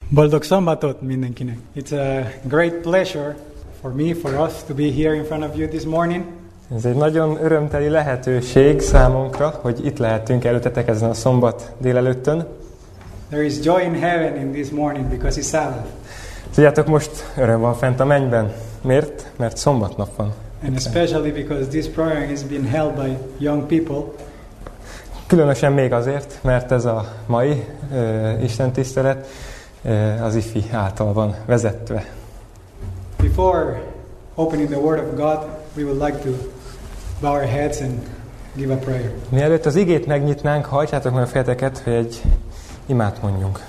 Boldog szombatot mindenkinek. It's a great pleasure for me, for us to be here in front of you this morning. Ez egy nagyon örömteli lehetőség számunkra, hogy itt lehetünk előttetek ezen a szombat délelőttön. There is joy in heaven in this morning because it's Sabbath. Tudjátok, most öröm van fent a mennyben. Miért? Mert szombatnap van. And especially because this program is being held by young people. Különösen még azért, mert ez a mai istentisztelet az ifi által van vezetve. Before opening the Word of God, we would like to bow our heads and give a prayer. Mielőtt az igét megnyitnánk, hajtsátok meg a fejeteket, hogy egy imát mondjunk.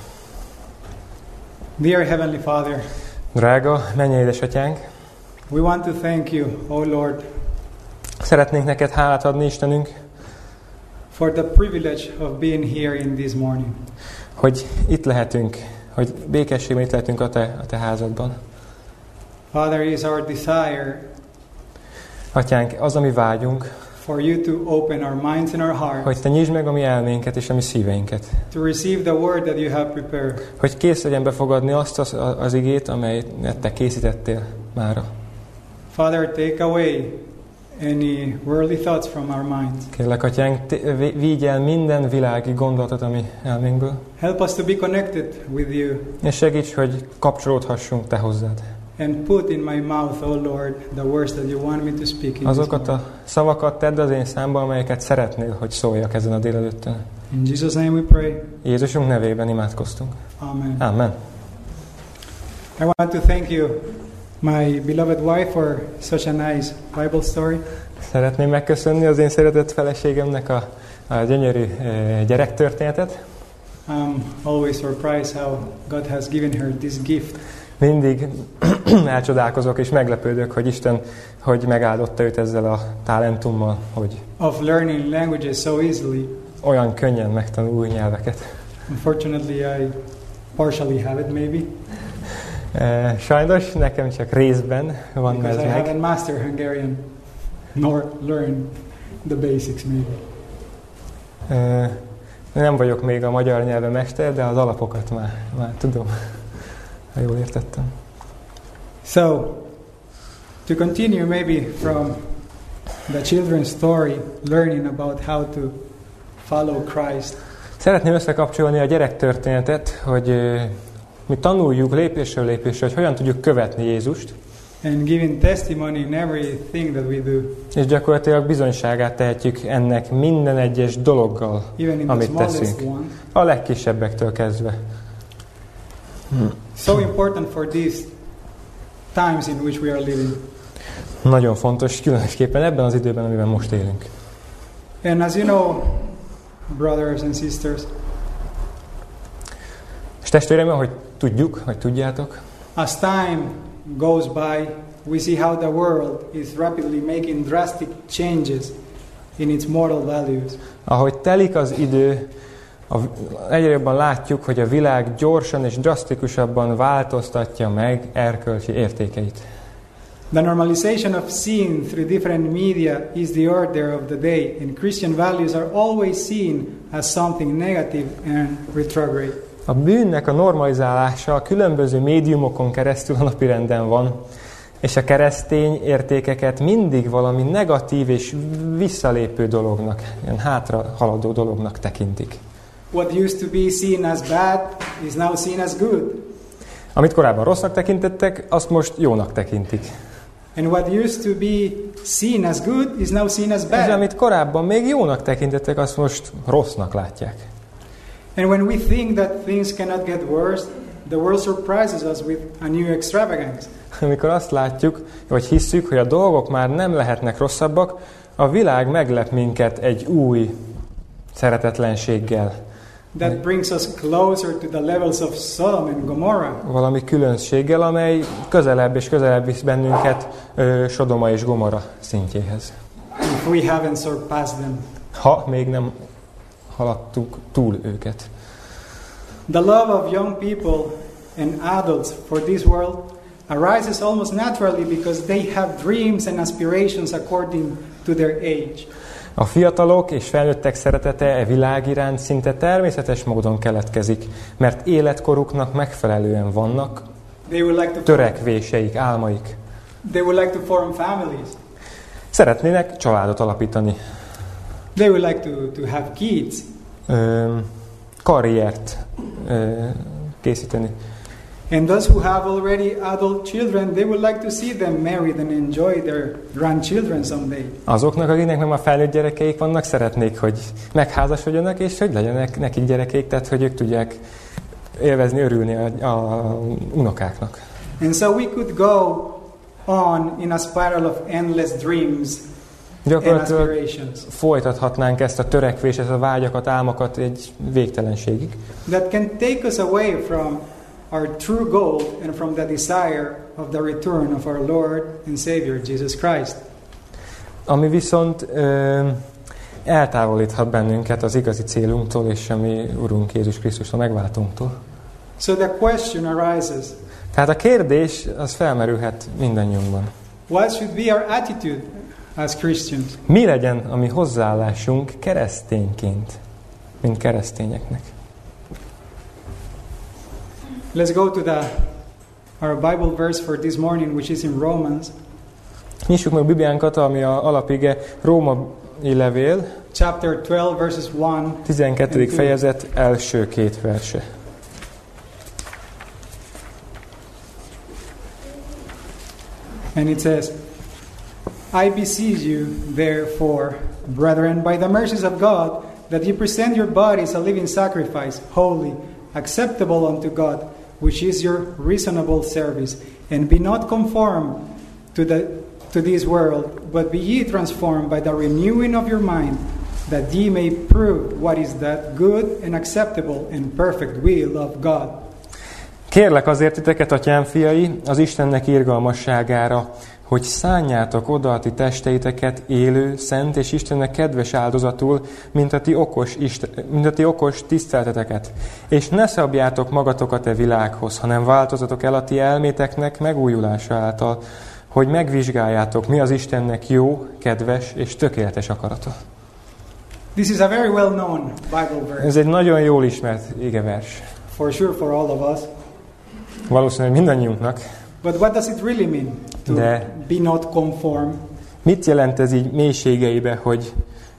Dear Heavenly Father, drága mennyei édesatyánk, we want to thank you, O Lord, szeretnénk neked hálát adni, Istenünk, for the privilege of being here in this morning. Hogy itt lehetünk, hogy békességben itt lehetünk a te házadban. Father, is our desire, Atyánk, az, ami vágyunk, for you to open our minds and our hearts, hogy te nyisd meg a mi elménket és a mi szíveinket. to receive the word that you have prepared. Hogy kész legyen befogadni azt az igét, amelyet te készítettél mára. Father, take away any worldly thoughts from our minds. Kérlek, Atyánk, vigy el minden világi gondolatot a mi elménkből. Help us to be connected with you. És segíts, hogy kapcsolódhassunk te hozzád. And put in my mouth, O Lord, the words that you want me to speak in Azokat this a morning. szavakat tedd az én számba, amelyeket szeretnél, hogy szóljak ezen a délelőttön. In Jesus' name we pray. Jézusunk nevében imádkoztunk. Amen. Amen. I want to thank you, my beloved wife, for such a nice Bible story. Szeretném megköszönni az én szeretett feleségemnek a gyönyörű gyerektörténetet. I'm always surprised how God has given her this gift. Mindig elcsodálkozok és meglepődök, hogy Isten hogy megáldotta őt ezzel a talentummal, hogy Of learning languages so easily. olyan könnyen megtanul új nyelveket. Unfortunately, I partially have it maybe. Sajnos nekem csak részben van ez Because I meg. haven't mastered Hungarian nor learned the basics maybe. Nem vagyok még a magyar nyelven mester, de az alapokat már tudom, ha jól értettem. So, to continue maybe from the children's story, learning about how to follow Christ. Szeretném összekapcsolni a gyerektörténetet, hogy mi tanuljuk lépésről lépésre, hogy hogyan tudjuk követni Jézust. And giving testimony in everything that we do. És gyakorlatilag bizonyságát tehetjük ennek minden egyes dologgal, Even in the amit smallest teszünk. one. A legkisebbektől kezdve. So important for these times in which we are living. Nagyon fontos, különösképpen ebben az időben, amiben most élünk. And as you know, brothers and sisters, És testvéreim, ahogy tudjuk, hogy tudjátok, as time goes by, we see how the world is rapidly making drastic changes in its moral values. ahogy telik az idő, egyre jobban látjuk, hogy a világ gyorsan és drasztikusabban változtatja meg erkölcsi értékeit. The normalization of sin through different media is the order of the day, and Christian values are always seen as something negative and retrograde. A bűnnek a normalizálása a különböző médiumokon keresztül a napirenden van, és a keresztény értékeket mindig valami negatív és visszalépő dolognak, ilyen hátra haladó dolognak tekintik. What used to be seen as bad is now seen as good. Amit korábban rossznak tekintettek, azt most jónak tekintik. And what used to be seen as good is now seen as És bad. amit korábban még jónak tekintettek, azt most rossznak látják. And when we think that things cannot get worse, the world surprises us with a new extravagance. Amikor azt látjuk, vagy hisszük, hogy a dolgok már nem lehetnek rosszabbak, a világ meglep minket egy új szeretetlenséggel. That brings us closer to the levels of Sodom and Gomorrah. Valami különbséggel, amely közelebb és közelebb visz bennünket Sodoma és Gomora szintjéhez. If we haven't surpassed them. Ha még nem haladtuk túl őket. The love of young people and adults for this world arises almost naturally because they have dreams and aspirations according to their age. A fiatalok és felnőttek szeretete e világ iránt szinte természetes módon keletkezik, mert életkoruknak megfelelően vannak törekvéseik, álmaik. They would like to form families. Szeretnének családot alapítani. They would like to have kids. Karriert készíteni. And those who have already adult children, they would like to see them married and enjoy their grandchildren someday. Azoknak, akiknek nem a felnőtt gyerekeik vannak, szeretnék, hogy megházasodjanak, és hogy legyenek nekik gyerekeik, tehát hogy ők tudják élvezni, örülni a unokáknak. And so we could go on in a spiral of endless dreams and aspirations. Folytathatnánk ezt a törekvést, ezt a vágyakat, álmokat egy végtelenségig. That can take us away from our true goal and from the desire of the return of our Lord and Savior Jesus Christ. Ami viszont eltávolíthat bennünket az igazi célunktól és a mi Urunk Jézus Krisztustól, megváltunktól. So the question arises. Tehát a kérdés az felmerülhet mindannyiunkban. What should be our attitude as Christians? Mi legyen a mi hozzáállásunk keresztényként, mint keresztényeknek? Let's go to our Bible verse for this morning, which is in Romans. Nyissuk meg Bibliánkat, ami a alapige Római levél, chapter 12, verses 1 12. fejezet első két verse. And it says, I beseech you, therefore, brethren, by the mercies of God, that you present your bodies a living sacrifice, holy, acceptable unto God, which is your reasonable service. And be not conformed to this world, but be ye transformed by the renewing of your mind, that ye may prove what is that good and acceptable and perfect will of God. Kérlek azért titeket, atyám fiai, az Istennek irgalmasságára, hogy szánjátok oda a ti testeiteket élő, szent és Istennek kedves áldozatul, mint a ti okos tisztelteteket. És ne szabjátok magatokat e világhoz, hanem változatok el a ti elméteknek megújulása által, hogy megvizsgáljátok, mi az Istennek jó, kedves és tökéletes akarata. This is a very well-known Bible verse. Ez egy nagyon jól ismert igevers. For sure for all of us. Valószínűleg mindannyiunknak. But what does it really mean to be not conform? Mit jelent ez így mélységeibe, hogy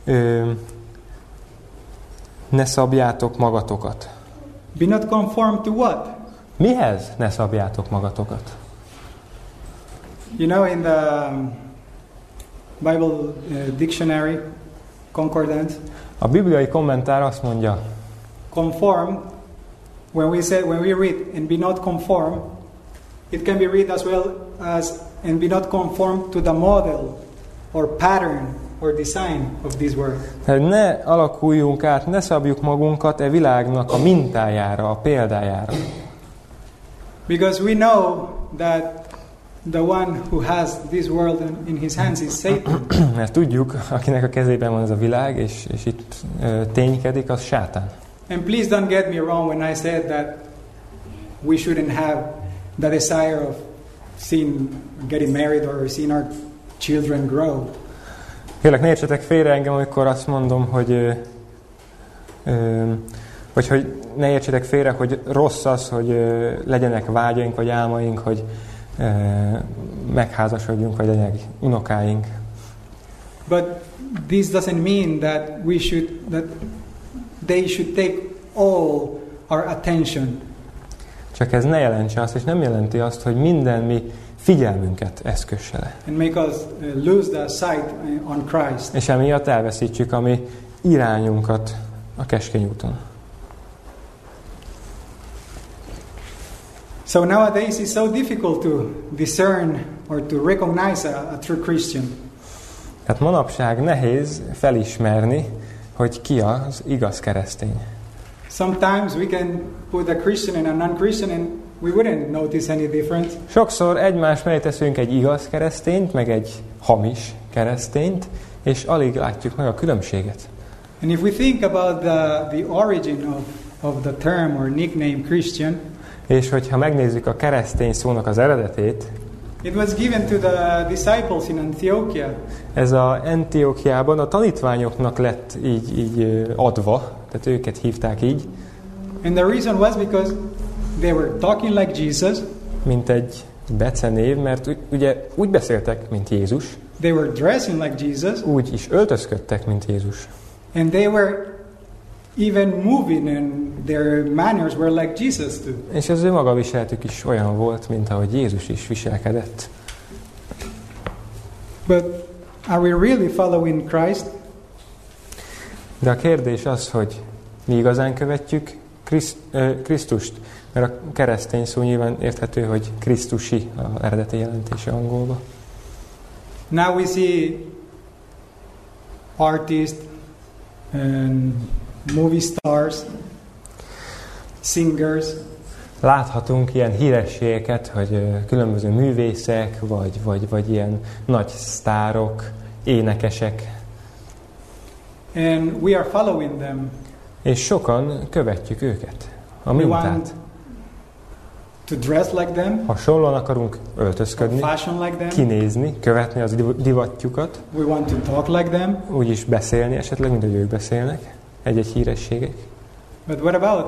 ne szabjátok magatokat? Be not conform to what? Mihez ne szabjátok magatokat? You know, in the Bible dictionary, concordance, a bibliai kommentár azt mondja, conform, when we read and be not conform, it can be read as well as and be not conform to the model or pattern or design of this world. Ne alakuljunk át, ne szabjuk magunkat e világnak a mintájára, a példájára. Because we know that the one who has this world in his hands is Satan. Mert tudjuk, akinek a kezében van ez a világ, és itt ténykedik, az sátán. And please don't get me wrong when I said that we shouldn't have the desire of getting married or seeing our children grow. Kérlek, ne értsetek félre engem, amikor azt mondom, hogy ne értsetek félre, hogy rossz az, hogy legyenek vágyaink vagy álmaink, hogy megházasodjunk, vagy legyenek unokáink. But this doesn't mean that they should take all our attention. Csak ez ne jelentse azt, és nem jelenti azt, hogy minden mi figyelmünket eszkösse le. And make us lose the sight on Christ. És emiatt elveszítsük a mi irányunkat a keskeny úton. So nowadays it's so difficult to discern or to recognize a true Christian. Hát manapság nehéz felismerni, hogy ki az igaz keresztény. Sometimes we can put a Christian and a non-Christian and we wouldn't notice any difference. Sokszor egymás mellé teszünk egy igaz keresztényt, meg egy hamis keresztényt, és alig látjuk meg a különbséget. And if we think about the origin of the term or nickname Christian, és hogyha megnézzük a keresztény szónak az eredetét, It was given to the disciples in Antiochia. Ez a Antiochiában a tanítványoknak lett így adva, tehát őket hívták így. And the reason was because they were talking like Jesus. Mint egy becenév, mert ugye úgy beszéltek, mint Jézus. They were dressing like Jesus. Úgy is öltözködtek, mint Jézus. And they were even moving, and their manners were like Jesus too. És az ő maga viseltük is olyan volt, mint ahogy Jézus is viselkedett. But are we really following Christ? De a kérdés az, hogy mi igazán követjük Krisztust, mert a keresztény szó nyilván érthető, hogy Krisztusi az eredeti jelentése angolba. Now we see artists and movie stars, singers. Láthatunk ilyen hírességeket, hogy különböző művészek, vagy ilyen nagy sztárok, énekesek. And we are following them. És sokan követjük őket, a We mintát. want to dress like them, Hasonlóan akarunk öltözködni, fashion like them. kinézni, követni az divatjukat, We want to talk like them. úgyis beszélni esetleg, mint hogy ők beszélnek, egy-egy hírességek. But what about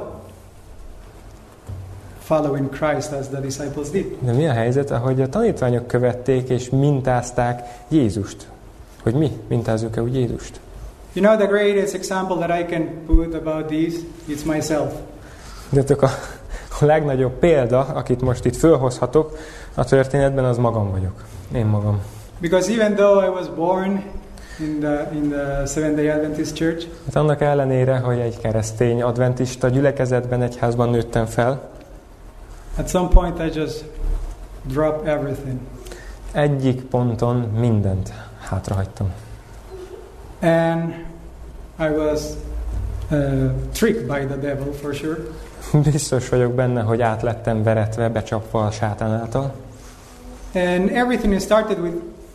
following Christ as the disciples did? De mi a helyzet, ahogy a tanítványok követték és mintázták Jézust? Hogy mi mintázzuk-e úgy Jézust? You know, the greatest example that I can put about this is myself. Tudjátok, a legnagyobb példa, akit most itt fölhozhatok a történetben, az magam vagyok. Én magam. Because even though I was born in the Seventh-day Adventist Church, Hát annak ellenére, hogy egy keresztény adventista gyülekezetben, egyházban nőttem fel, at some point I just dropped everything. egyik ponton mindent hátrahagytam. And I was tricked by the devil for sure. Biztos vagyok benne, hogy át lettem veretve, becsapva a sátán által. And everything started with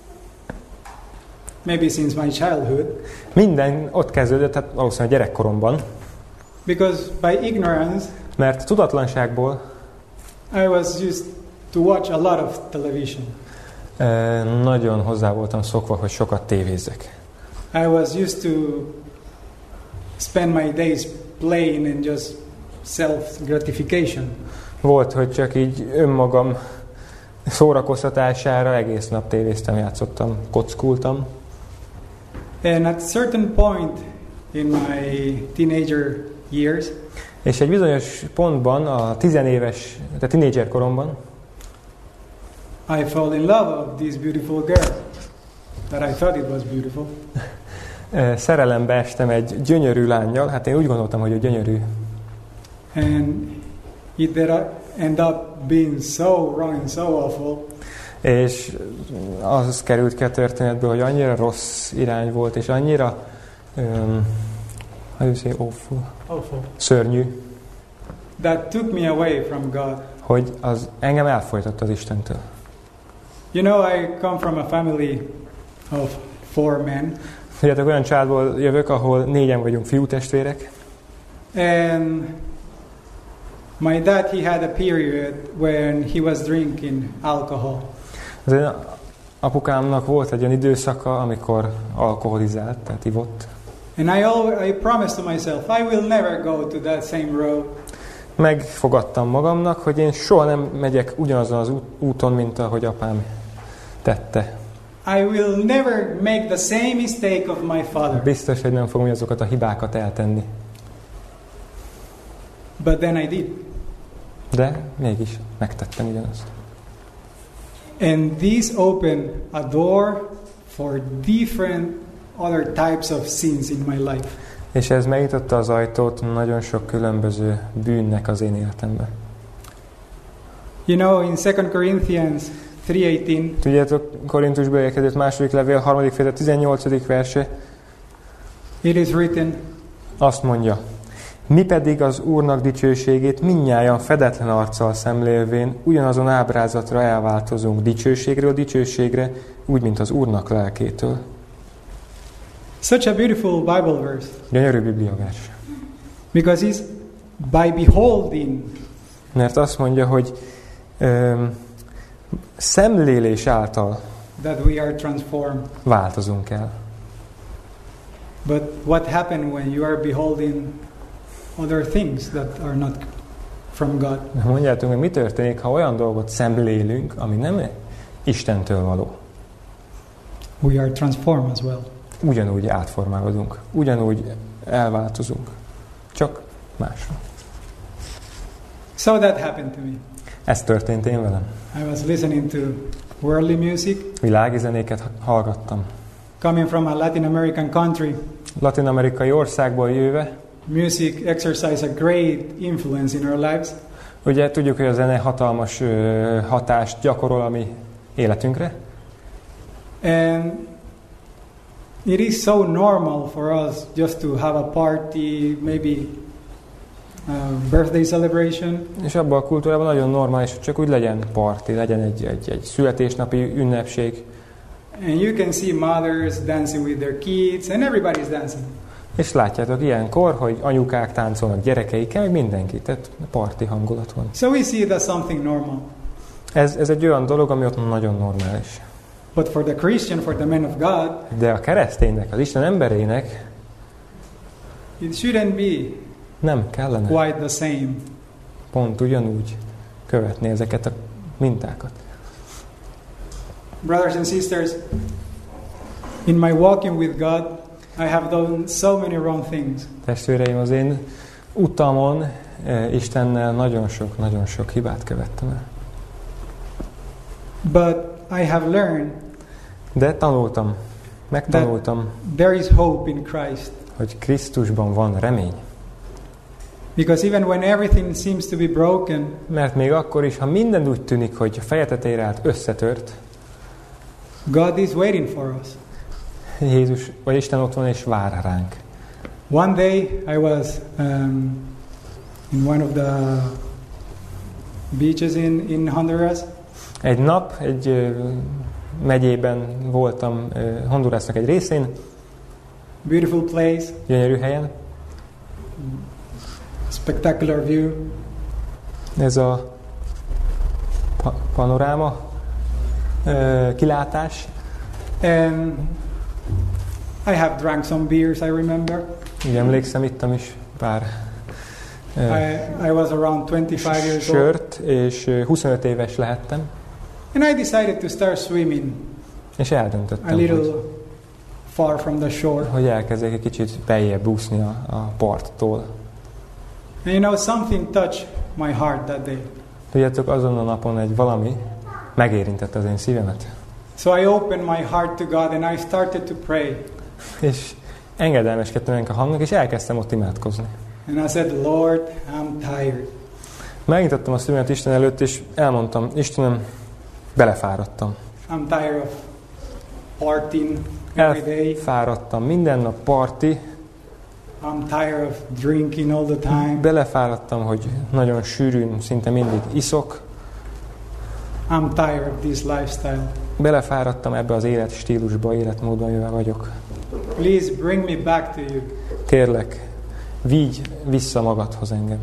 maybe since my childhood. Minden ott kezdődött, tehát valószínűleg gyerekkoromban, Because by ignorance, mert tudatlanságból I was used to watch a lot of television. nagyon hozzá voltam szokva, hogy sokat tévézzek. I was used to spend my days playing and just self-gratification. Volt, hogy csak így önmagam szórakoztatására egész nap tévéztem, játszottam, kockultam. And at a certain point in my teenager years, És egy bizonyos pontban, a tizenéves, tehát tínédzser koromban, I fell in love of this beautiful girl that I thought it was beautiful. szerelembe estem egy gyönyörű lánnyal, hát én úgy gondoltam, hogy ő gyönyörű. And it did end up being so wrong and so awful. És az került ki a történetből, hogy annyira rossz irány volt, és annyira how do you say awful? Szörnyű, That took me away from God. hogy az engem elfojtott az Istentől. You know, I come from a family of 4 men. Tudjátok, olyan családból jövök, ahol 4-en vagyunk fiútestvérek, And my dad, he had a period when he was drinking alcohol. az én apukámnak volt egy olyan időszaka, amikor alkoholizált, tehát ivott. And I promised to myself, I will never go to that same road. Megfogadtam magamnak, hogy én soha nem megyek ugyanazon az úton, mint ahogy apám tette. I will never make the same mistake of my father. Biztos, hogy nem fogom azokat a hibákat eltenni. But then I did. De mégis megtettem ugyanazt. And this opened a door for different other types of sins in my life. És ez megnyitotta az ajtót nagyon sok különböző bűnnek az én életemben. You know, in 2 Corinthians 3:18, Tudjátok, Korintusba érkezett második levél, 3. fejezet 18. verse, it is written, azt mondja: mi pedig az Úrnak dicsőségét mindnyájan fedetlen arccal szemlélvén ugyanazon ábrázatra elváltozunk dicsőségről dicsőségre, úgy, mint az Úrnak lelkétől. such a beautiful Bible verse. Gyönyörű bibliavers. Because it's by beholding, Mert azt mondja, hogy szemlélés által that we are transformed. változunk el. But what happens when you are beholding other things that are not from God? Mondjátok meg, mi történik, ha olyan dolgot szemlélünk, ami nem Istentől való? We are transformed as well. Ugyanúgy átformálódunk, ugyanúgy elváltozunk, csak másra. So that happened to me. Ez történt én velem. I was listening to worldly music, Világi zenéket hallgattam. coming from a Latin American country. Latin-amerikai országból jöve, Music exercises a great influence in our lives. ugye tudjuk, hogy a zene hatalmas hatást gyakorol a mi életünkre, And it is so normal for us just to have a party, maybe a birthday celebration. és abban a kultúrában nagyon normális, hogy csak úgy legyen parti, legyen egy születésnapi ünnepség, And you can see mothers dancing with their kids, and everybody's dancing. és látjátok ilyenkor, hogy anyukák táncolnak gyerekeikkel, meg mindenki, tehát parti hangulat van. So we see it as something normal. Ez egy olyan dolog, ami ott nagyon normális. But for the Christian, for the man of God, De a kereszténynek, az Isten emberének it shouldn't be nem kellene quite the same. pont ugyanúgy követni ezeket a mintákat. Brothers and sisters, in my walking with God, I have done so many wrong things. Testvéreim, az én utamon Istennel nagyon sok hibát követtem el. But I have learned De megtanultam, there is hope in Christ. hogy Krisztusban van remény. Because even when everything seems to be broken, Mert még akkor is, ha minden úgy tűnik, hogy a feje tetejére állt, összetört, God is waiting for us. Jézus, vagy Isten ott van és vár ránk. One day I was in one of the beaches in Honduras. Egy nap, egy megyében voltam, Hondurasnak egy részén, Beautiful place, gyönyörű helyen. spectacular view. Ez a panoráma, kilátás. And I have drank some beers, I remember. Úgy emlékszem, ittam is pár I was around 25 years old. sört, és 25 éves lehettem, And I decided to start swimming és a eldöntöttem, little far from the shore. hogy elkezdjek egy kicsit beljebb úszni a parttól. And you know, something touched my heart that day. Tudjátok, azon a napon egy valami megérintette az én szívemet. So I opened my heart to God and I started to pray. És engedelmeskedtem ennek a hangnak, és elkezdtem ott imádkozni. And I said, Lord, I'm tired. Megnyitottam a szívemet Isten előtt, és elmondtam, Istenem, belefáradtam. I'm tired of partying every day. Elfáradtam, minden nap parti, I'm tired of drinking all the time. belefáradtam, hogy nagyon sűrűn, szinte mindig iszok, I'm tired of this lifestyle. belefáradtam ebbe az életstílusba, életmódban, amivel vagyok. Please bring me back to you. Kérlek, vigy vissza magadhoz engem.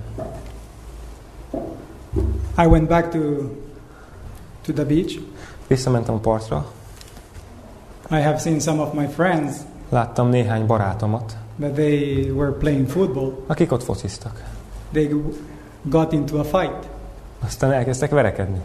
I went back to the beach. Visszamentem a partra, I have seen some of my friends láttam néhány barátomat, that they were playing football. akik ott fociztak. They got into a fight. Aztán elkezdtek verekedni.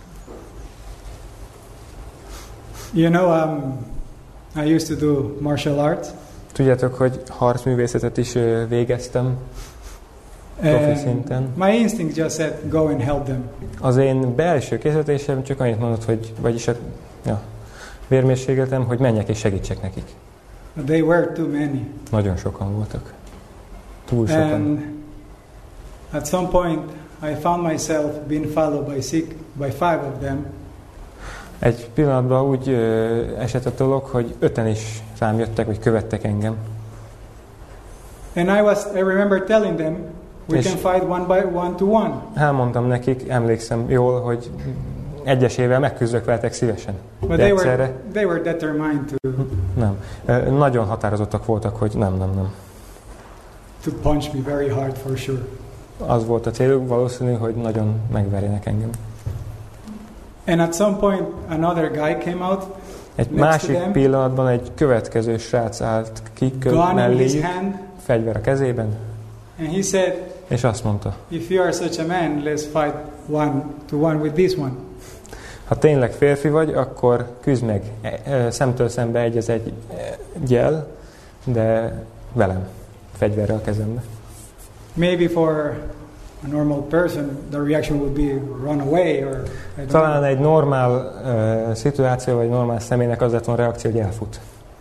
You know, I used to do martial arts. Tudjátok, hogy harcművészetet is végeztem profi szinten. My instinct just said, go and help them. Az én belső készítésem csak annyit mondott, hogy, vagyis a vérmérsékletem, hogy menjek és segítsek nekik. But they were too many. Nagyon sokan voltak. Túl sokan. And at some point, I found myself being followed by five of them. Egy pillanatban úgy esett a dolog, hogy 5-en is rám jöttek, vagy követtek engem. And I remember telling them, we És- can fight one to one. Elmondtam nekik, emlékszem jól, hogy egyesével megküzdök veletek szívesen. But De egyszerre they were determined nem. Nagyon határozottak voltak, hogy nem. to punch me very hard for sure. Az volt a céluk, valószínű, hogy nagyon megverjenek engem. And at some point, another guy came out. Egy másik pillanatban egy következő srác állt ki melléjük, fegyver a kezében, and he said, és azt mondta, if you are such a man, let's fight 1-to-1 with this one. Ha tényleg férfi vagy, akkor küzd meg szemtől szembe egyel, de velem, fegyverrel a kezembe. Maybe for a normal person, the reaction would be run away, or talán egy normál szituáció, vagy normál személynek az lett volna reakció, hogy elfut.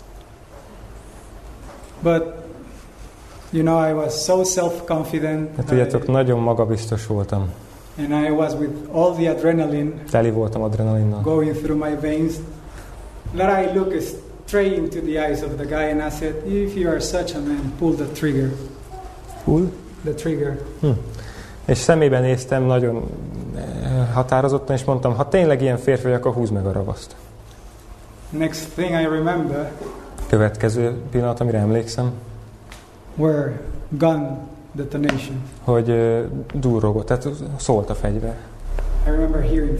But you know, I was so self-confident. Hát tudjátok, nagyon magabiztos voltam. And I was with all the adrenaline. Teli voltam adrenalinnal. Going through my veins. That I looked straight into the eyes of the guy and I said, if you are such a man, pull the trigger. Pull? The trigger. És szemébe néztem nagyon határozottan, és mondtam, ha tényleg ilyen férfi vagy, akkor húzd meg a ravaszt. Next thing I remember. Következő pillanat, amire emlékszem. Were gun detonation. Hogy durrogott, tehát szólt a fegyver. I remember hearing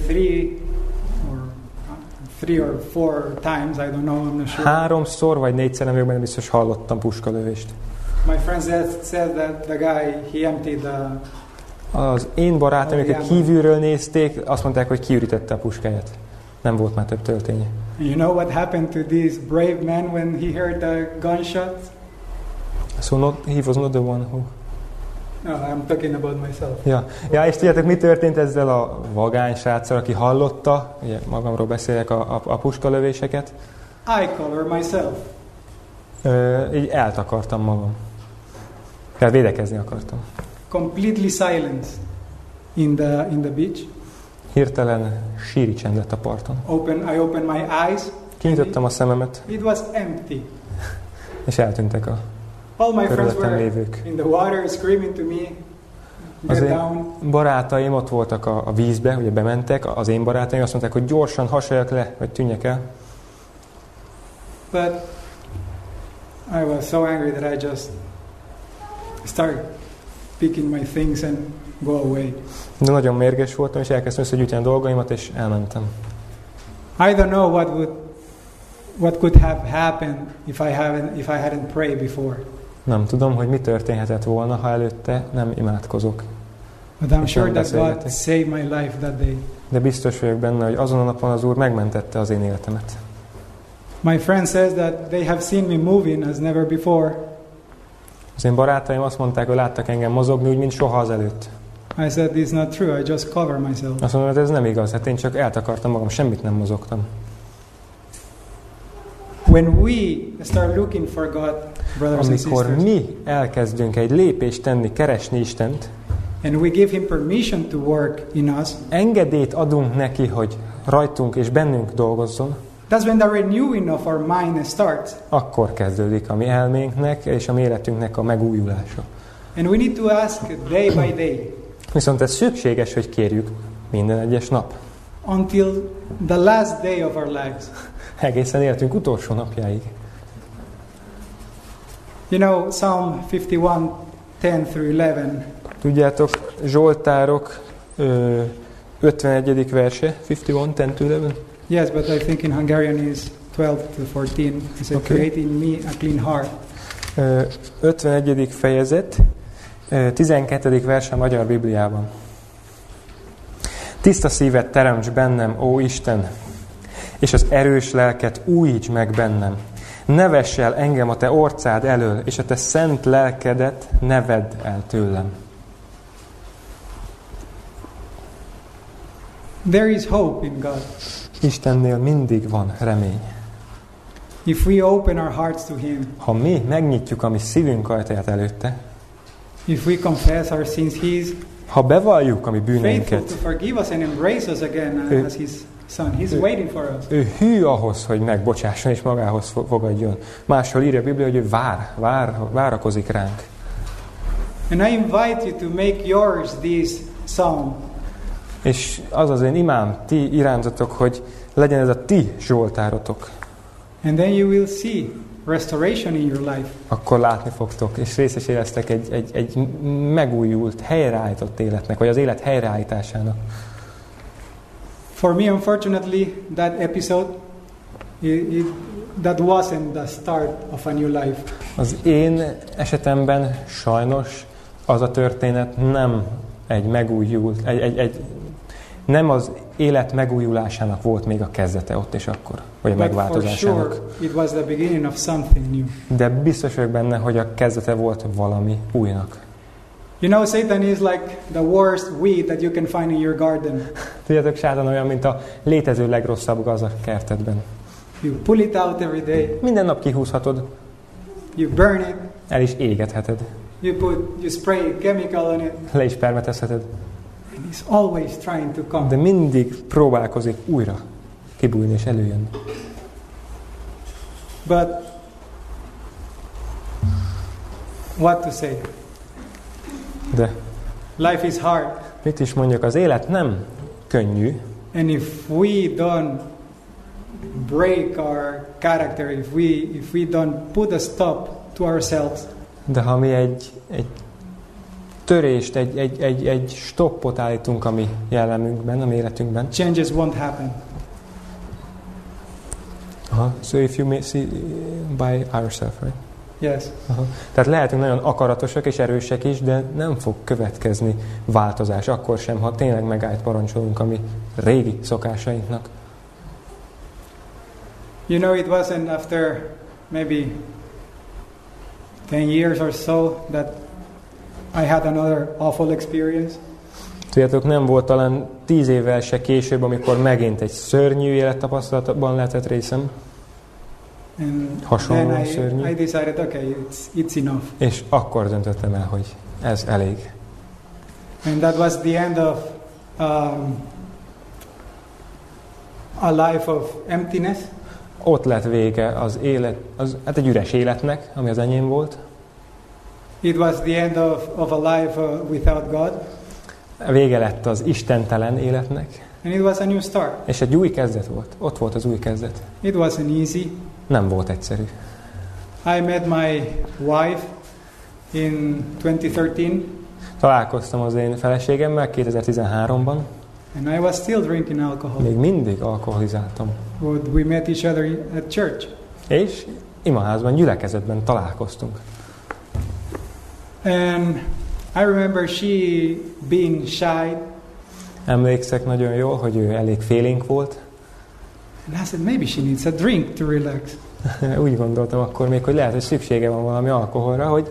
three or four times, I don't know, I'm not sure. 3-szor vagy 4-szer, nem vagyok benne biztos, hallottam puskalövést. My friends said that the guy, he emptied az én barátom, akik kívülről nézték, azt mondták, hogy kiürítette a puskáját. Nem volt már több tölténye. You know what happened to this brave man when he heard the gunshot? So he was not the one who... No, I'm talking about myself. Ja, és tudjátok, mi történt ezzel a vagány sráccal, aki hallotta, ugye magamról beszélek, a puskalövéseket? I cover myself. Így eltakartam magam. Tehát védekezni akartam. Completely silence in the beach. Hirtelen síri csend lett a parton. I opened my eyes. Kinyitottam a szememet. It was empty. És eltűntek a all my friends were lévők. in the water screaming to me. Az én barátaim ott voltak a vízbe, ugye bementek, az én barátaim azt mondták, hogy gyorsan hasaljak le, vagy tűnjek el. But I was so angry that I just started picking my things and go away. De nagyon mérges voltam, és elkezdtem összegyűjteni a dolgaimat, és elmentem. I don't know what could have happened if I hadn't prayed before. Nem tudom, hogy mi történhetett volna, ha előtte nem imádkozok. But I'm sure that God saved my life that day. De biztos vagyok benne, hogy azon a napon az Úr megmentette az én életemet. My friend says that they have seen me moving as never before. Az én barátaim azt mondták, hogy láttak engem mozogni úgy, mint soha azelőtt. I said, this is not true, I just cover myself. Azt mondom, hogy ez nem igaz, hát én csak eltakartam magam, semmit nem mozogtam. When we start looking for God, brothers and sisters, amikor mi elkezdünk egy lépést tenni, keresni Istent, and we give Him permission to work in us, engedélyt adunk neki, hogy rajtunk és bennünk dolgozzon, that's when the renewing of our mind starts. Akkor kezdődik a mi elménknek és a mi életünknek a megújulása. And we need to ask day by day. Viszont ez szükséges, hogy kérjük minden egyes nap. Until the last day of our lives. Egészen életünk utolsó napjáig. You know, Psalm 51:10-11. Tudjátok, Zsoltárok 51. verse, 51:10-11. Yes, but I think in Hungarian is 12-14. It says, create in me a clean heart. 51. fejezet, 12. verse a Magyar Bibliában. Tiszta szívet teremts bennem, ó Isten, és az erős lelket újíts meg bennem. Ne vess el engem a te orcád elől, és a te szent lelkedet ne vedd el tőlem. There is hope in God. Istennél mindig van remény. If we open our hearts to Him, ha mi megnyitjuk a mi szívünk ajtaját előtte, if we confess our sins, He is ha bevalljuk a mi faithful bűneinket, to forgive us and embrace us again as His Son. He's waiting for us. Ő hű ahhoz, hogy megbocsásson és magához fogadjon. Máshol írja a Biblia, hogy ő várakozik ránk. And I invite you to make yours this psalm. És az az én imám, ti irányzatok, hogy legyen ez a ti zsoltárotok. And then you will see restoration in your life. Akkor látni fogtok, és részesei lesztek egy megújult, helyreállított életnek, vagy az élet helyreállításának. For me, unfortunately, that episode, that wasn't the start of a new life. Az én esetemben sajnos az a történet nem egy megújult, nem az élet megújulásának volt még a kezdete ott és akkor, vagy a megváltozásának. But for sure, it was the beginning of something new. De biztos vagyok benne, hogy a kezdete volt valami újnak. You know, Satan is like the worst weed that you can find in your garden. Tudjátok, Sátán olyan, mint a létező legrosszabb gaz a kertedben. You pull it out every day. Minden nap kihúzhatod. You burn it. El is égetheted. You spray chemical on it. Le is permetezheted. And he's always trying to come. De mindig próbálkozik újra kibújni és előjön. But what to say? De life is hard. Mit is mondjak, az élet nem könnyű. And if we don't break our character, if we don't put a stop to ourselves, de ha mi egy törést, egy stoppot állítunk a mi jellemünkben, a mi életünkben. Changes won't happen. So if you may see by ourselves, right? Yes. Tehát lehetünk nagyon akaratosak és erősek is, de nem fog következni változás, akkor sem, ha tényleg megállt parancsolunk a mi régi szokásainknak. You know, it wasn't after maybe 10 years or so that I had another awful experience. Tudjátok, nem volt talán 10 évvel se később, amikor megint egy szörnyű élettapasztalatban lehetett részem. Hasonló szörnyű. I decided, okay, it's enough. És akkor döntöttem el, hogy ez elég. And that was the end of a life of emptiness. Ott lett vége az élet, hát egy üres életnek, ami az enyém volt. It was the end of a life without God. Vége lett az istentelen életnek. And it was a new start. És egy új kezdet volt. Ott volt az új kezdet. It wasn't easy. Nem volt egyszerű. I met my wife in 2013. Találkoztam az én feleségemmel 2013-ban. And I was still drinking alcohol. Még mindig alkoholizáltam. We met each other at church. És imaházban, gyülekezetben találkoztunk. And I remember she being shy. Emlékszek nagyon jól, hogy ő elég félénk volt. And I said, maybe she needs a drink to relax. Úgy gondoltam akkor még, hogy lehet, hogy szüksége van valami alkoholra, hogy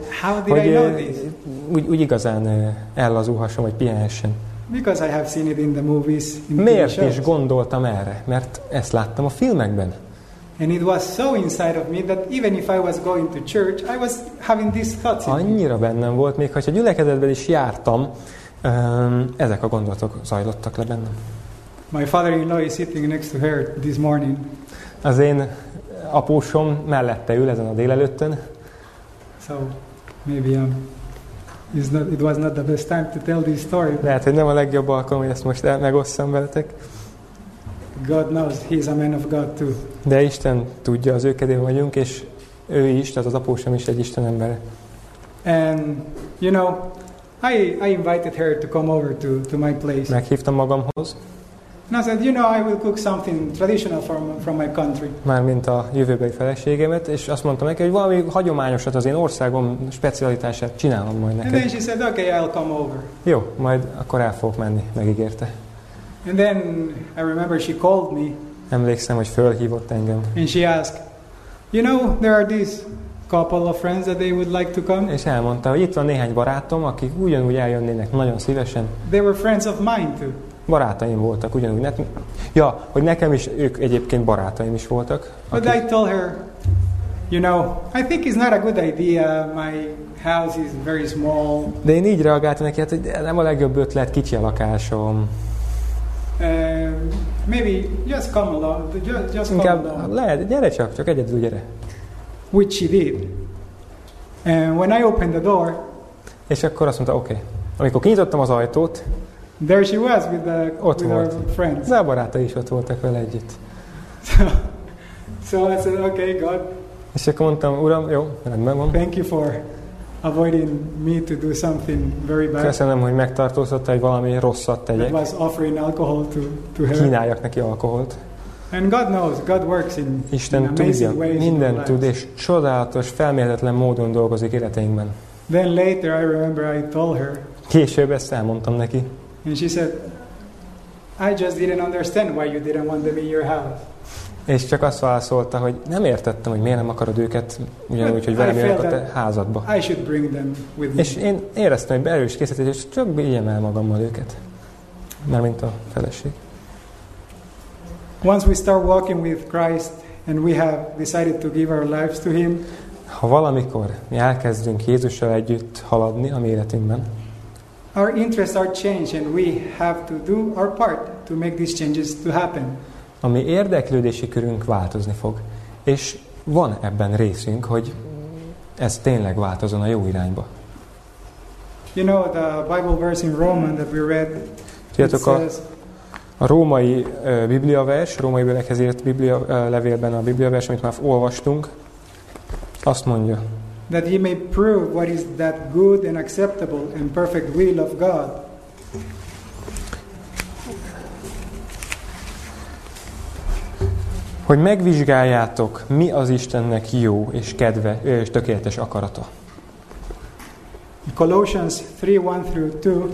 úgy igazán ellazulhasson, vagy pihenhessen. Because I have seen it in the movies. Miért is gondoltam erre? Mert ezt láttam a filmekben. And it was so inside of me that even if I was going to church, I was having these thoughts. Annyira bennem volt, még ha gyülekezetben is jártam, ezek a gondolatok zajlottak le bennem. My father-in-law is sitting next to her this morning. Az én apósom mellette ül ezen a délelőttön. So maybe it was not the best time to tell this story. Lehet, hogy nem a legjobb alkalom, hogy ezt most megosszam veletek. God knows he's a man of God too. De Isten tudja, az ő kedvében vagyunk, és ő is, tehát az apósom is egy Isten ember. And you know, I invited her to come over to my place. Meghívtam magamhoz. And I said, you know, I will cook something traditional from my country. Mármint a jövőbeli feleségemet, és azt mondtam neki, hogy valami hagyományosat az én országom specialitását csinálom majd neked. And then she said, okay, I'll come over. Jó, majd akkor el fogok menni, megígérte. And then I remember she called me. Emlékszem, hogy fölhívott engem. And she asked, you know, there are these couple of friends that they would like to come. És elmondta, hogy itt van néhány barátom, akik ugyanúgy eljönnének nagyon szívesen. They were friends of mine too. Barátaim voltak ugyanúgy. Ja, hogy nekem is ők egyébként barátaim is voltak. But I told her, you know, I think it's not a good idea. My house is very small. De én így reagáltam neki, hát, hogy nem a legjobb ötlet, kicsi a lakásom. Maybe just come along. Just come along. Lehet, gyere csak egyedül gyere. Which she did. And when I opened the door, és akkor azt mondta, oké. Amikor kinyitottam az ajtót, there she was with her friends. De a barátai is ott voltak vele együtt. So I said, okay, God. És akkor mondtam, Uram, jó, rendben van. Thank you for avoiding me to do something very bad. Köszönöm, hogy megtartóztatta, hogy valami rosszat That tegyek. was offering alcohol to her. Kínáljak neki alkoholt. And God knows, God works in Isten tudja, amazing ways in our mindent tud, lives. és csodálatos, felmérhetetlen módon dolgozik életeinkben. Then later I remember I told her, Később ezt elmondtam neki, and she said, I just didn't understand why you didn't want them in your house. és csak azt válaszolta, hogy nem értettem, hogy miért nem akarod őket ugyanúgy, hogy velem jönnek a te házadba. I should bring them with me. És én éreztem, hogy belőle is készítés, és csak vigyem el magammal őket. Mármint a feleség. Once we start walking with Christ and we have decided to give our lives to Him, Ha valamikor mi elkezdünk Jézussal együtt haladni a mi életünkben, our interests are changed and we have to do our part to make these changes to happen. a mi érdeklődési körünk változni fog. És van ebben részünk, hogy ez tényleg változon a jó irányba. You know, the Bible verse in Romans that we read, it Tudjátok, says, a római bibliavers, római bölekhez írt levélben a bibliavers, amit már olvastunk, azt mondja, that ye may prove what is that good and acceptable and perfect will of God. hogy megvizsgáljátok, mi az Istennek jó és kedve és tökéletes akarata. Colossians 3:1-2.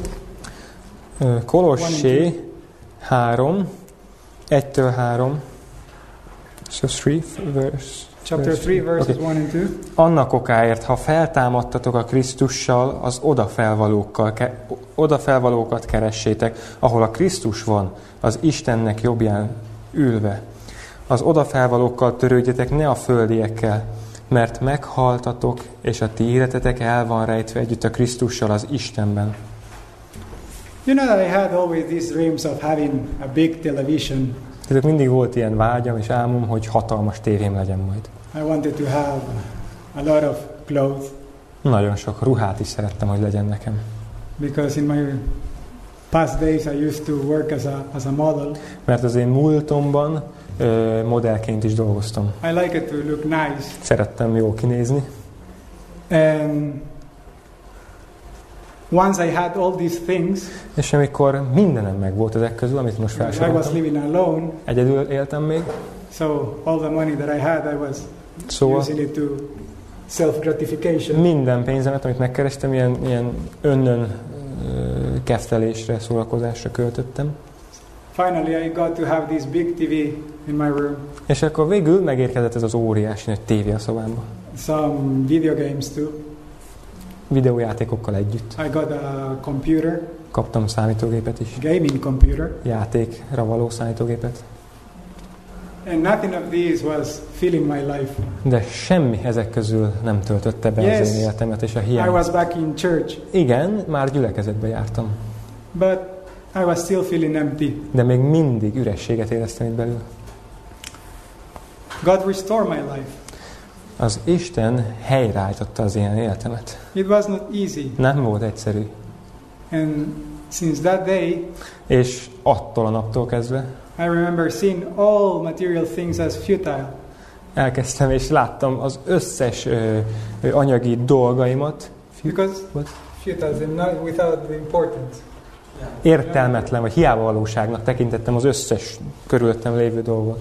Kolossé 3, 1-től 3, so 3 verse. Chapter 3 verses Okay. 1 and 2. Annak okáért, ha feltámadtatok a Krisztussal, az odafelvalókat keressétek, ahol a Krisztus van, az Istennek jobbján ülve. Az odafelvalókkal törődjetek, ne a földiekkel, mert meghaltatok, és a ti életetek el van rejtve együtt a Krisztussal az Istenben. You know that I had always these dreams of having a big television. Tehát mindig volt ilyen vágyam és álmom, hogy hatalmas tévém legyen majd. I wanted to have a lot of clothes Nagyon sok ruhát is szerettem, hogy legyen nekem. because in my past days I used to work as a model. Mert az én múltomban modellként is dolgoztam. I like it to look nice. Szerettem jól kinézni. And once I had all these things, És amikor mindenem meg volt ezek közül, amit most I was felsoroltam, living alone, egyedül éltem még, so all the money that I had, I was szóval using it to self-gratification. minden pénzemet, amit megkerestem, ilyen önnön keftelésre, szórakozásra költöttem. Finally, I got to have this big TV in my room, És akkor végül megérkezett ez az óriási nagy tévé a szobámba. some video games too. Videójátékokkal együtt. I got a computer, Kaptam számítógépet is. gaming computer, Játékra való számítógépet. and nothing of these was filling my life. De semmi ezek közül nem töltötte be az én életemet és a I hiányt. was back in church, Igen, már gyülekezetbe jártam. but I was still feeling empty. De még mindig ürességet éreztem itt belül. God restored my life. Az Isten helyreállította az én életemet. It was not easy, Nem volt egyszerű. and since that day, És attól a naptól kezdve I remember seeing all material things as futile. elkezdtem, és láttam az összes anyagi dolgaimat Because What? futile and not without the importance. értelmetlen, vagy hiába valóságnak tekintettem az összes körülöttem lévő dolgot.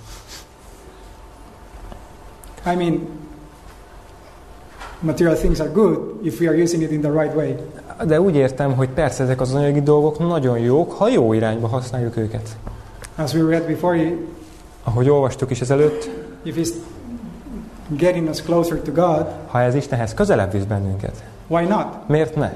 I mean, material things are good if we are using it in the right way. De úgy értem, hogy persze ezek az anyagi dolgok nagyon jók, ha jó irányba használjuk őket. As we read before, Ahogy olvastuk is ezelőtt, if it's getting us closer to God, ha ez Istenhez közelebb visz bennünket, why not? miért ne?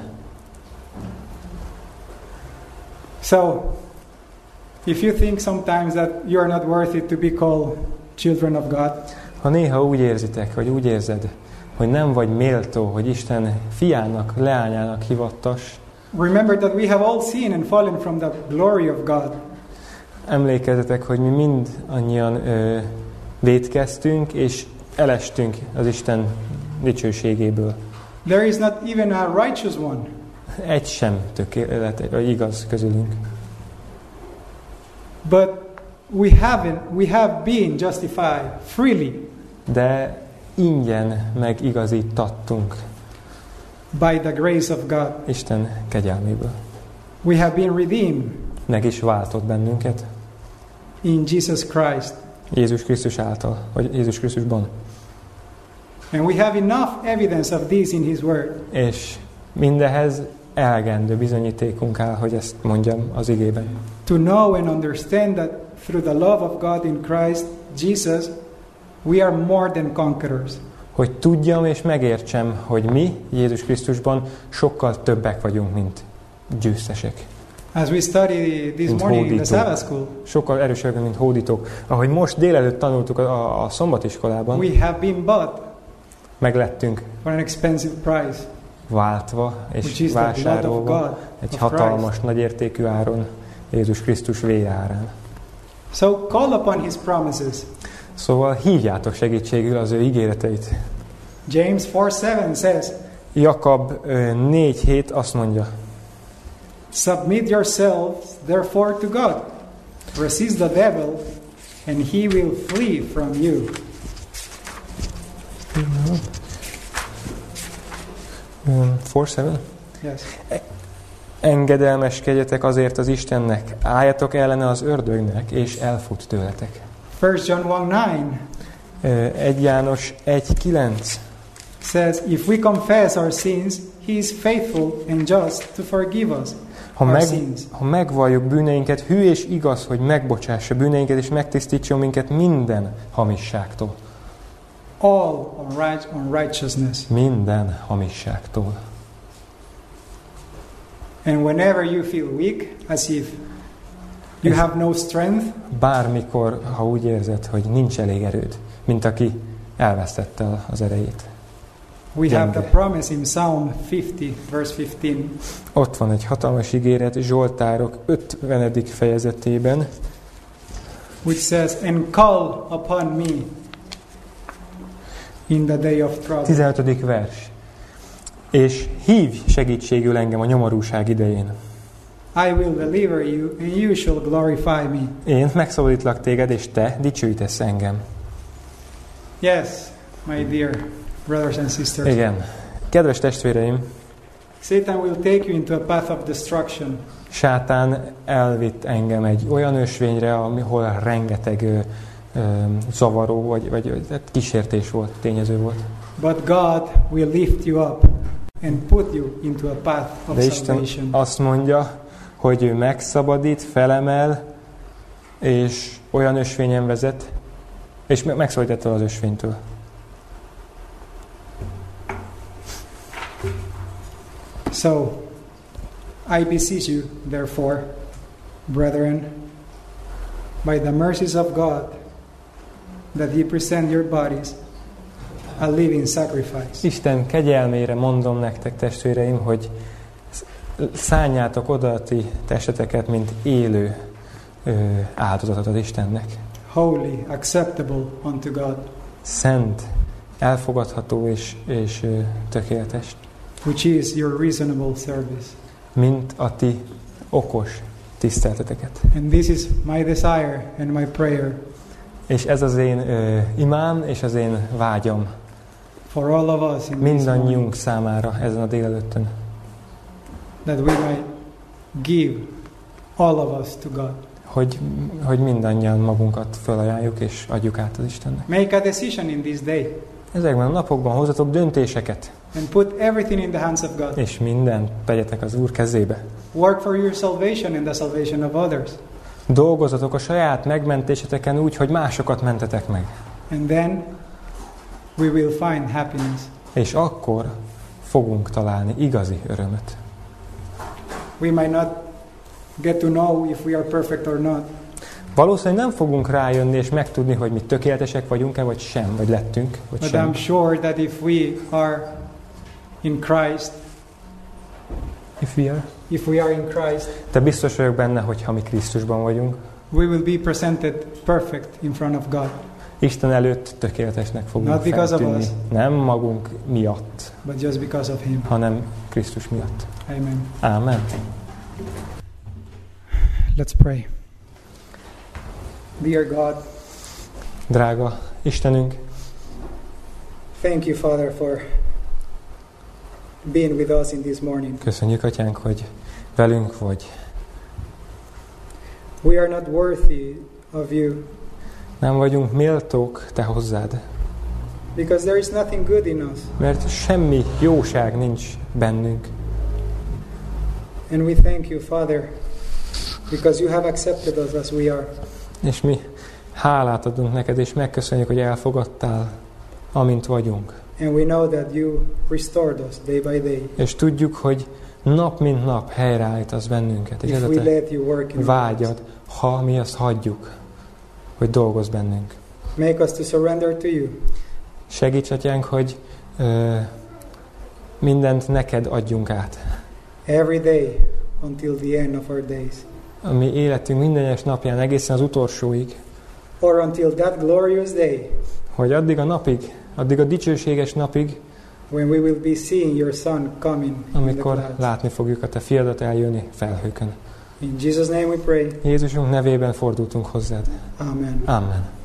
So, if you think sometimes that you are not worthy to be called children of God, Ha néha úgy érzitek, vagy úgy érzed, hogy nem vagy méltó, hogy Isten fiának, leányának hivattas, remember that we have all sinned and fallen from the glory of God. emlékezzetek, hogy mi mind annyian vétkeztünk, és elestünk az Isten dicsőségéből. There is not even a righteous one. Egy sem tökéletes, vagy igaz közülünk. But we have been justified freely. De ingyen megigazítattunk. by the grace of God. Isten kegyelméből. We have been redeemed Meg is váltott bennünket in Jesus Christ. Jézus Krisztus által, vagy Jézus Krisztusban. And we have enough evidence of this in His Word. És mindehez elegendő bizonyítékunk áll, hogy ezt mondjam az igében. To know and understand that through the love of God in Christ Jesus, we are more than conquerors. Hogy tudjam és megértsem, hogy mi Jézus Krisztusban sokkal többek vagyunk, mint győztesek. As we study this Mint morning in the hódítók. Sabbath school, Sokkal erősebbek, mint hódítók. Ahogy most délelőtt tanultuk a szombatiskolában, we have been bought meglettünk for an expensive price, váltva which és is the blood of vásárolva God, egy of hatalmas, nagyértékű áron, Jézus Krisztus vére árán. So call upon His promises. Szóval hívjátok segítségül az ő ígéreteit. James 4:7 says, Jakab 4:7 azt mondja, submit yourselves therefore to God. Resist the devil, and he will flee from you. 4:7. Yes. Engedelmeskedjetek azért az Istennek, álljatok ellene az ördögnek, és elfut tőletek. 1 John 1:9 1 János 1:9 says, if we confess our sins, He is faithful and just to forgive us our sins. Ha megvalljuk bűneinket, hű és igaz, hogy megbocsássa bűneinket, és megtisztítson minket minden hamisságtól. All unrighteousness. Minden hamisságtól. And whenever you feel weak, as if you have no strength, Bármikor, ha úgy érzed, hogy nincs elég erőd, mint aki elvesztette az erejét. we have the promise in Psalm 50, verse 15. Ott van egy hatalmas ígéret Zsoltárok 50. fejezetében, which says, and call upon me in the day of trouble. 15. vers. És hívj segítségül engem a nyomorúság idején. I will deliver you, and you shall glorify me. Én megszabadítlak téged, és te dicsőítesz engem. Yes, my dear brothers and sisters. Igen. Kedves testvéreim, Satan will take you into a path of destruction. Sátán elvitt engem egy olyan ösvényre, ahol rengeteg zavaró, vagy kísértés volt, tényező volt. But God will lift you up and put you into a path of De Isten salvation. azt mondja, hogy ő megszabadít, felemel, és olyan ösvényen vezet, és megszabadította az ösvénytől. So, I beseech you, therefore, brethren, by the mercies of God, that ye present your bodies a living sacrifice. Isten kegyelmére mondom nektek, testvéreim, hogy szánjátok oda a ti testeteket, mint élő áldozatot az Istennek. Holy, acceptable unto God. Szent, elfogadható és tökéletes. Which is your reasonable service. Mint a ti okos tisztelteteket. And this is my desire and my prayer. És ez az én imám, és az én vágyam. For all of us in mindannyiunk számára ezen a délelőttön. That we might give all of us to God. Hogy mindannyian magunkat felajánljuk és adjuk át az Istennek. Make a decision in this day. Ezekben a napokban hozzatok döntéseket. And put everything in the hands of God. És mindent tegyetek az Úr kezébe. Work for your salvation and the salvation of others. Dolgozzatok a saját megmentéseteken úgy, hogy másokat mentetek meg. And then we will find happiness. És akkor fogunk találni igazi örömöt. We might not get to know if we are perfect or not. Valószínűleg nem fogunk rájönni és megtudni, hogy mi tökéletesek vagyunk-e, vagy sem, vagy lettünk, vagy But sem. I'm sure that if we are in Christ, if we are in Christ, te biztos vagyok benne, hogy ha mi Krisztusban vagyunk, we will be presented perfect in front of God. Isten előtt tökéletesnek fogunk Not because of feltűnni. us. Nem magunk miatt, But just because of Him. hanem Krisztus miatt. Amen. Ámen. Let's pray. Dear God, Drága Istenünk, thank you, Father, for being with us in this morning. Köszönjük, Atyánk, hogy velünk vagy. We are not worthy of you Nem vagyunk méltók Te hozzád, because there is nothing good in us. mert semmi jóság nincs bennünk. And we thank you, Father, because you have accepted us as we are. És mi hálát adunk neked, és megköszönjük, hogy elfogadtál, amint vagyunk. And we know that you restored us day by day. És tudjuk, hogy nap mint nap helyreállítasz bennünket. És ez If a we Te let you work in our lives. vágyad, ha mi azt hagyjuk, hogy dolgozz bennünk. Make us to surrender to you. Segíts, Atyánk, hogy mindent neked adjunk át. Every day until the end of our days. A mi életünk minden egyes napján, egészen az utolsóig, Or until that glorious day hogy addig a napig, addig a dicsőséges napig, when we will be seeing your Son coming in the amikor clouds. látni fogjuk a Te fiadat eljönni felhőkön. In Jesus' name we pray. Jézusunk nevében fordultunk hozzád. Amen. Amen.